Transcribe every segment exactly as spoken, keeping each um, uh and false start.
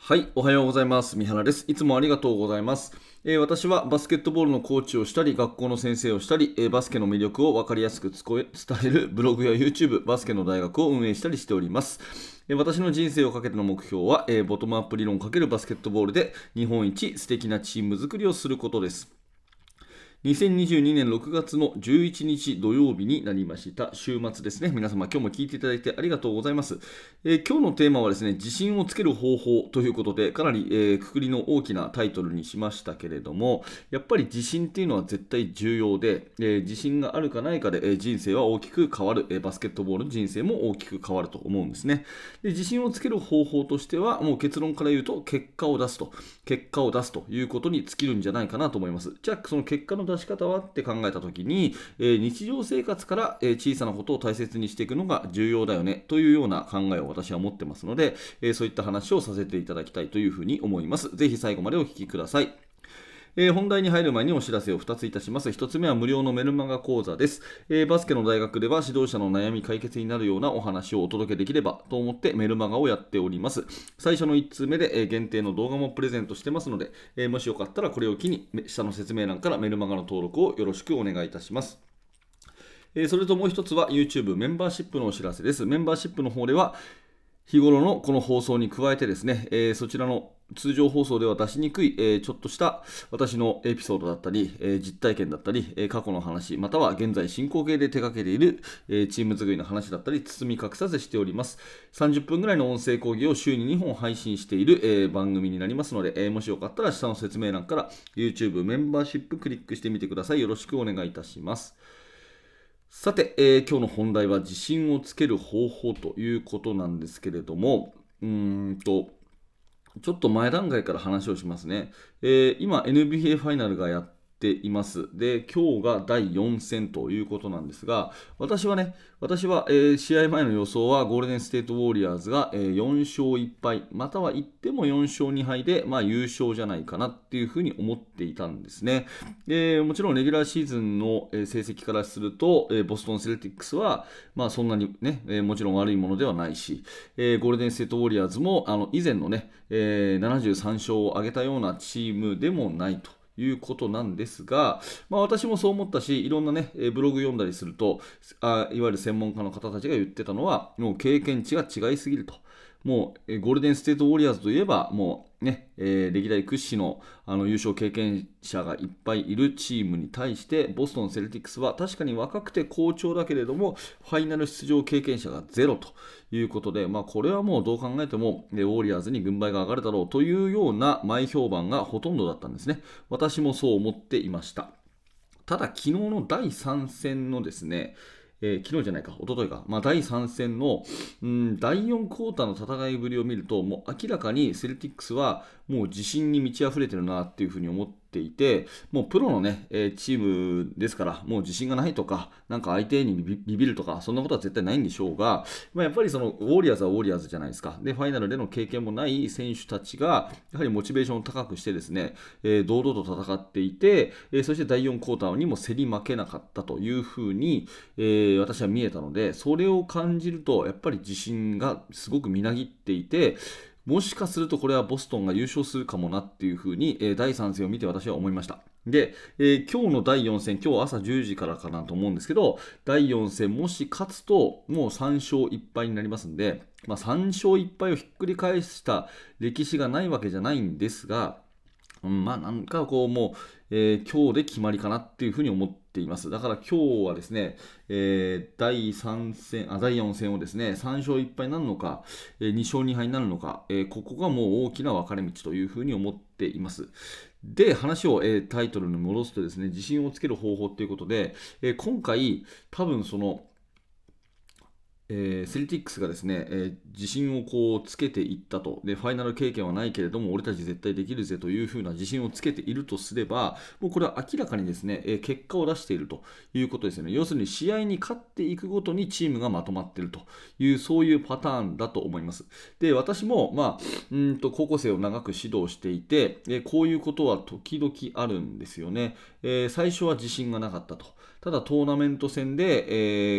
はい、おはようございます。三原です。いつもありがとうございます。えー私はバスケットボールのコーチをしたり、学校の先生をしたり、えーバスケの魅力を分かりやすくつこえ伝えるブログや YouTube、バスケの大学を運営したりしております。えー私の人生をかけての目標は、えーボトムアップ理論×バスケットボールで日本一素敵なチーム作りをすることです。にせんにじゅうにねんろくがつのじゅういちにち土曜日になりました。週末ですね。皆様今日も聞いていただいてありがとうございます。えー今日のテーマはですね、自信をつける方法ということで、かなり、えー、くくりの大きなタイトルにしましたけれども、やっぱり自信っていうのは絶対重要で、えー自信があるかないかで、えー人生は大きく変わる、えーバスケットボールの人生も大きく変わると思うんですね。で、自信をつける方法としては、もう結論から言うと、結果を出すと。結果を出すということに尽きるんじゃないかなと思います。じゃあ、その結果の出し方はって考えたときに、えー日常生活から、えー小さなことを大切にしていくのが重要だよねというような考えを私は持ってますので、えーそういった話をさせていただきたいというふうに思います。ぜひ最後までお聞きください。えー本題に入る前にお知らせをふたついたします。ひとつめは無料のメルマガ講座です。えーバスケの大学では指導者の悩み解決になるようなお話をお届けできればと思ってメルマガをやっております。最初のいっつうめで、えー限定の動画もプレゼントしてますので、えーもしよかったらこれを機に下の説明欄からメルマガの登録をよろしくお願いいたします。えーそれともう一つは YouTube メンバーシップのお知らせです。メンバーシップの方では日頃のこの放送に加えてですね、えーそちらの通常放送では出しにくい、えーちょっとした私のエピソードだったり、えー実体験だったり、えー過去の話、または現在進行形で手掛けている、えーチーム作りの話だったり、包み隠さずしております。さんじゅっぷんぐらいの音声講義を週ににほん配信している、えー番組になりますので、えーもしよかったら下の説明欄から YouTube メンバーシップクリックしてみてください。よろしくお願いいたします。さて、えー今日の本題は自信をつける方法ということなんですけれども、うーんと、ちょっと前段階から話をしますね。えー今、エヌビーエー ファイナルがやっています。で、今日がだいよん戦ということなんですが、私はね、私は、えー試合前の予想はゴールデンステートウォリアーズが、えーよん勝いっ敗、または言ってもよん勝に敗で、まあ、優勝じゃないかなっていうふうに思っていたんですね。で、もちろんレギュラーシーズンのえー成績からすると、えーボストンセルティックスは、まあ、そんなにね、えーもちろん悪いものではないし、えーゴールデンステートウォリアーズもあの以前のね、えーななじゅうさん勝を挙げたようなチームでもないと。いうことなんですが、まあ、私もそう思ったし、いろんなね、えーブログ読んだりするとあ、いわゆる専門家の方たちが言ってたのは、もう経験値が違いすぎると。もう、えーゴールデンステートウォリアーズといえば、もうね、えー歴代屈指のあの優勝経験者がいっぱいいるチームに対して、ボストン・セルティックスは確かに若くて好調だけれども、ファイナル出場経験者がゼロということで、まあ、これはもうどう考えても、えーウォリアーズに軍配が上がるだろうというような前評判がほとんどだったんですね。私もそう思っていました。ただ、昨日のだいさん戦のですね、えー昨日じゃないか、一昨日か、まあ、だいさん戦の、うん、だいよんクォーターの戦いぶりを見ると、もう明らかにセルティックスはもう自信に満ち溢れてるなっていうふうに思っていて、もうプロのね、えーチームですから、もう自信がないとか、なんか相手にビビビるとか、そんなことは絶対ないんでしょうが、まあ、やっぱりそのウォリアーズはウォリアーズじゃないですか。で、ファイナルでの経験もない選手たちが、やはりモチベーションを高くしてですね、えー堂々と戦っていて、えーそしてだいよんクォーターにも競り負けなかったというふうに、えー私は見えたので、それを感じると、やっぱり自信がすごくみなぎっていて、もしかするとこれはボストンが優勝するかもなっていうふうに、えーだいさん戦を見て私は思いました。で、えー今日のだいよん戦、今日朝じゅうじからかなと思うんですけど、だいよん戦もし勝つと、もうさん勝いっ敗になりますんで、まあ、さん勝いっ敗をひっくり返した歴史がないわけじゃないんですが、うん、まあなんかこうもう、えー今日で決まりかなっていうふうに思っています。だから今日はですね、えーだいさん戦、あ、だいよん戦をですね、さん勝いっ敗になるのか、えーに勝に敗になるのか、えーここがもう大きな分かれ道というふうに思っています。で、話を、えータイトルに戻すとですね、自信をつける方法ということで、えー今回、多分その、えーセルティックスがですね、えー自信をこうつけていったと。で、ファイナル経験はないけれども、俺たち絶対できるぜというふうな自信をつけているとすれば、もうこれは明らかにですね、えー結果を出しているということですよね。要するに試合に勝っていくごとにチームがまとまっているという、そういうパターンだと思います。で、私も、まあ、うーんと高校生を長く指導していて、えーこういうことは時々あるんですよね。えー最初は自信がなかったと。ただトーナメント戦で、えー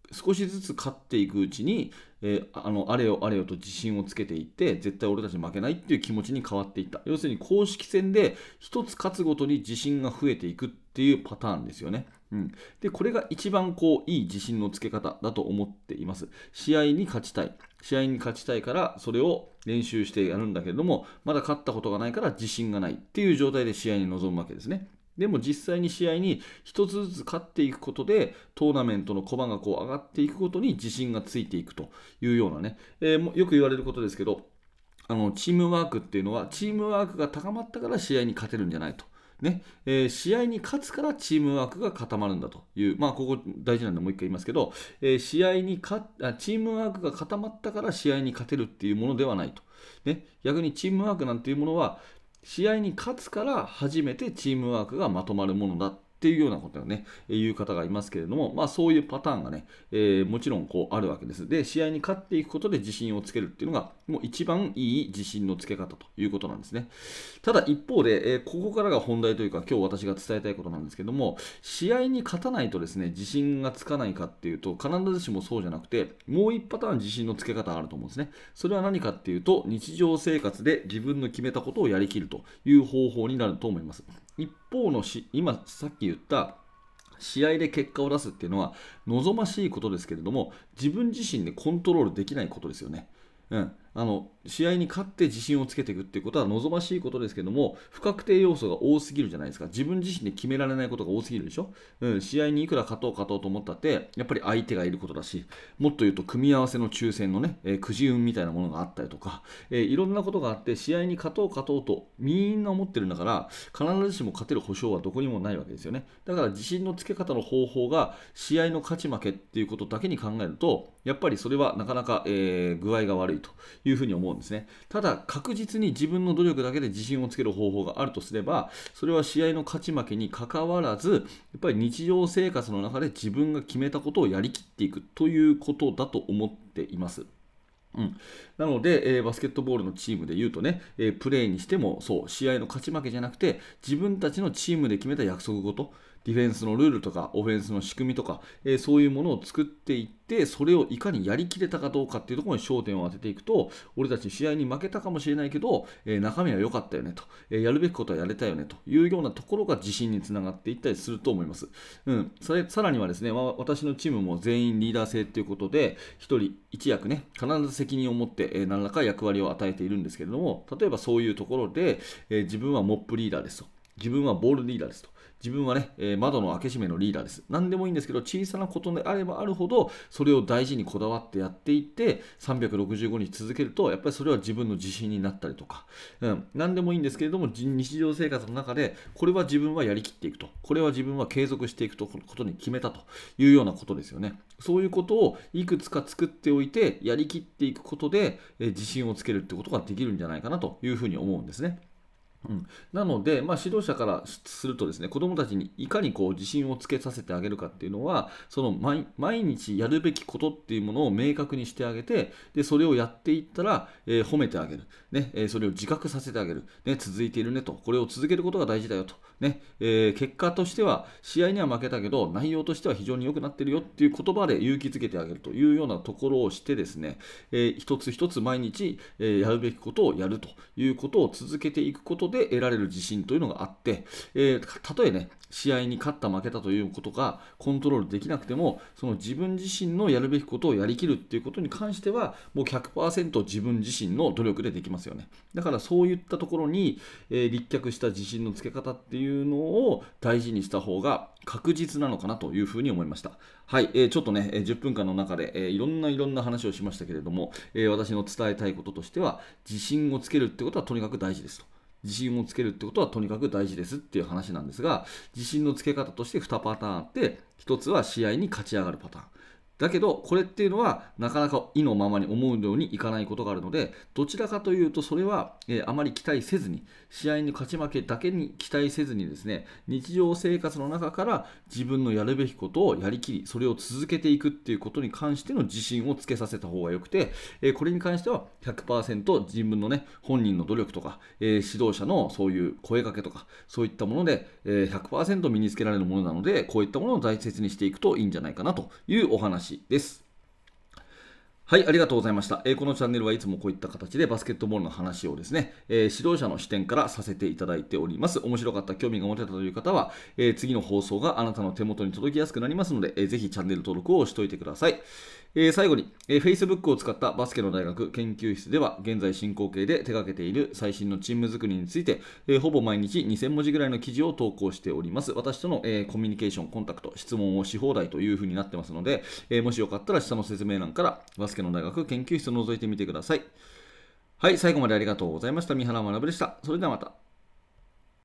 少しずつ勝っていくうちに、えーあのあれよあれよと自信をつけていって、絶対俺たち負けないっていう気持ちに変わっていった。要するに公式戦で一つ勝つごとに自信が増えていくっていうパターンですよね。うん、でこれが一番こういい自信のつけ方だと思っています。試合に勝ちたい。試合に勝ちたいからそれを練習してやるんだけれども、まだ勝ったことがないから自信がないっていう状態で試合に臨むわけですね。でも実際に試合に一つずつ勝っていくことで、トーナメントの駒がこう上がっていくことに自信がついていくというようなね、えーもよく言われることですけど、あのチームワークっていうのは、チームワークが高まったから試合に勝てるんじゃないと。ねえー試合に勝つからチームワークが固まるんだという、まあ、ここ大事なんでもう一回言いますけど、えー試合に勝あチームワークが固まったから試合に勝てるっていうものではないと。ね、逆にチームワークなんていうものは、試合に勝つから初めてチームワークがまとまるものだっていうようなことをね、えー言う方がいますけれども、まあそういうパターンがね、えーもちろんこうあるわけです。で、試合に勝っていくことで自信をつけるっていうのが、もう一番いい自信のつけ方ということなんですね。ただ一方で、えーここからが本題というか、今日私が伝えたいことなんですけども、試合に勝たないとですね、自信がつかないかっていうと、必ずしもそうじゃなくて、もう一パターン自信のつけ方があると思うんですね。それは何かっていうと、日常生活で自分の決めたことをやりきるという方法になると思います。一方のし、今さっき言った試合で結果を出すっていうのは望ましいことですけれども、自分自身でコントロールできないことですよね。うん、あの試合に勝って自信をつけていくっていうことは望ましいことですけども、不確定要素が多すぎるじゃないですか。自分自身で決められないことが多すぎるでしょ。うん、試合にいくら勝とう勝とうと思ったって、やっぱり相手がいることだし、もっと言うと組み合わせの抽選のね、えーくじ運みたいなものがあったりとか、えーいろんなことがあって、試合に勝とう勝とうとみんな思ってるんだから、必ずしも勝てる保証はどこにもないわけですよね。だから自信のつけ方の方法が試合の勝ち負けっていうことだけに考えると、やっぱりそれはなかなか、えー具合が悪いというふうに思うんですね。ただ確実に自分の努力だけで自信をつける方法があるとすれば、それは試合の勝ち負けにかかわらず、やっぱり日常生活の中で自分が決めたことをやりきっていくということだと思っています。うん、なので、えーバスケットボールのチームで言うとね、えープレーにしてもそう、試合の勝ち負けじゃなくて、自分たちのチームで決めた約束事、ディフェンスのルールとか、オフェンスの仕組みとか、えーそういうものを作っていって、それをいかにやりきれたかどうかっていうところに焦点を当てていくと、俺たち試合に負けたかもしれないけど、えー中身は良かったよねと、えーやるべきことはやれたよねというようなところが自信につながっていったりすると思います。うん、それさらにはですね、まあ私のチームも全員リーダー制ということで、一人一役ね、必ず責任を持って、えー何らか役割を与えているんですけれども、例えばそういうところで、えー自分はモップリーダーですと。自分はボールリーダーですと。自分はね、えー窓の開け閉めのリーダーです。何でもいいんですけど、小さなことであればあるほど、それを大事にこだわってやっていって、さんびゃくろくじゅうごにち続けると、やっぱりそれは自分の自信になったりとか、うん、何でもいいんですけれども、じ日常生活の中で、これは自分はやりきっていくと。これは自分は継続していくとことに決めたというようなことですよね。そういうことをいくつか作っておいて、やりきっていくことで、えー自信をつけるってことができるんじゃないかなというふうに思うんですね。うん、なので、まあ、指導者からするとですね、子どもたちにいかにこう自信をつけさせてあげるかっていうのは、その毎毎日やるべきことっていうものを明確にしてあげて、でそれをやっていったら、えー褒めてあげる、ねえーそれを自覚させてあげる、ね、続いているねと、これを続けることが大事だよと、ねえー結果としては、試合には負けたけど、内容としては非常に良くなってるよっていう言葉で勇気づけてあげるというようなところをしてですね、えー一つ一つ毎日、えーやるべきことをやるということを続けていくことで得られる自信というのがあって、えーたとえね、試合に勝った負けたということがコントロールできなくても、その自分自身のやるべきことをやりきるっていうことに関しては、もうひゃくパーセント自分自身の努力でできますよね。だからそういったところに、えー立脚した自信のつけ方っていうのを大事にした方が確実なのかなというふうに思いました。はい、えーちょっとね、えーじゅっぷんかんの中で、えーいろんないろんな話をしましたけれども、えー私の伝えたいこととしては、自信をつけるってことはとにかく大事ですと。自信をつけるってことはとにかく大事ですっていう話なんですが、自信のつけ方としてにパターンあって、ひとつは試合に勝ち上がるパターン。だけど、これっていうのはなかなか意のままに思うようにいかないことがあるので、どちらかというとそれは、えーあまり期待せずに、試合に勝ち負けだけに期待せずにですね、日常生活の中から自分のやるべきことをやりきり、それを続けていくっていうことに関しての自信をつけさせた方がよくて、えーこれに関してはひゃくパーセント自分のね、本人の努力とか、えー指導者のそういう声かけとか、そういったもので、えーひゃくパーセント身につけられるものなので、こういったものを大切にしていくといいんじゃないかなというお話話です。はい、ありがとうございました。えーこのチャンネルはいつもこういった形でバスケットボールの話をですね、えー指導者の視点からさせていただいております。面白かった、興味が持てたという方は、えー次の放送があなたの手元に届きやすくなりますので、えーぜひチャンネル登録を押しておいてください。えー最後に、えー Facebook を使ったバスケの大学研究室では、現在進行形で手掛けている最新のチーム作りについて、えーほぼ毎日にせん文字ぐらいの記事を投稿しております。私との、えーコミュニケーション、コンタクト、質問をし放題という風になってますので、えーもしよかったら下の説明欄からバスケの大学研究室を覗いてみてください。はい、最後までありがとうございました。三原学でした。それではまた。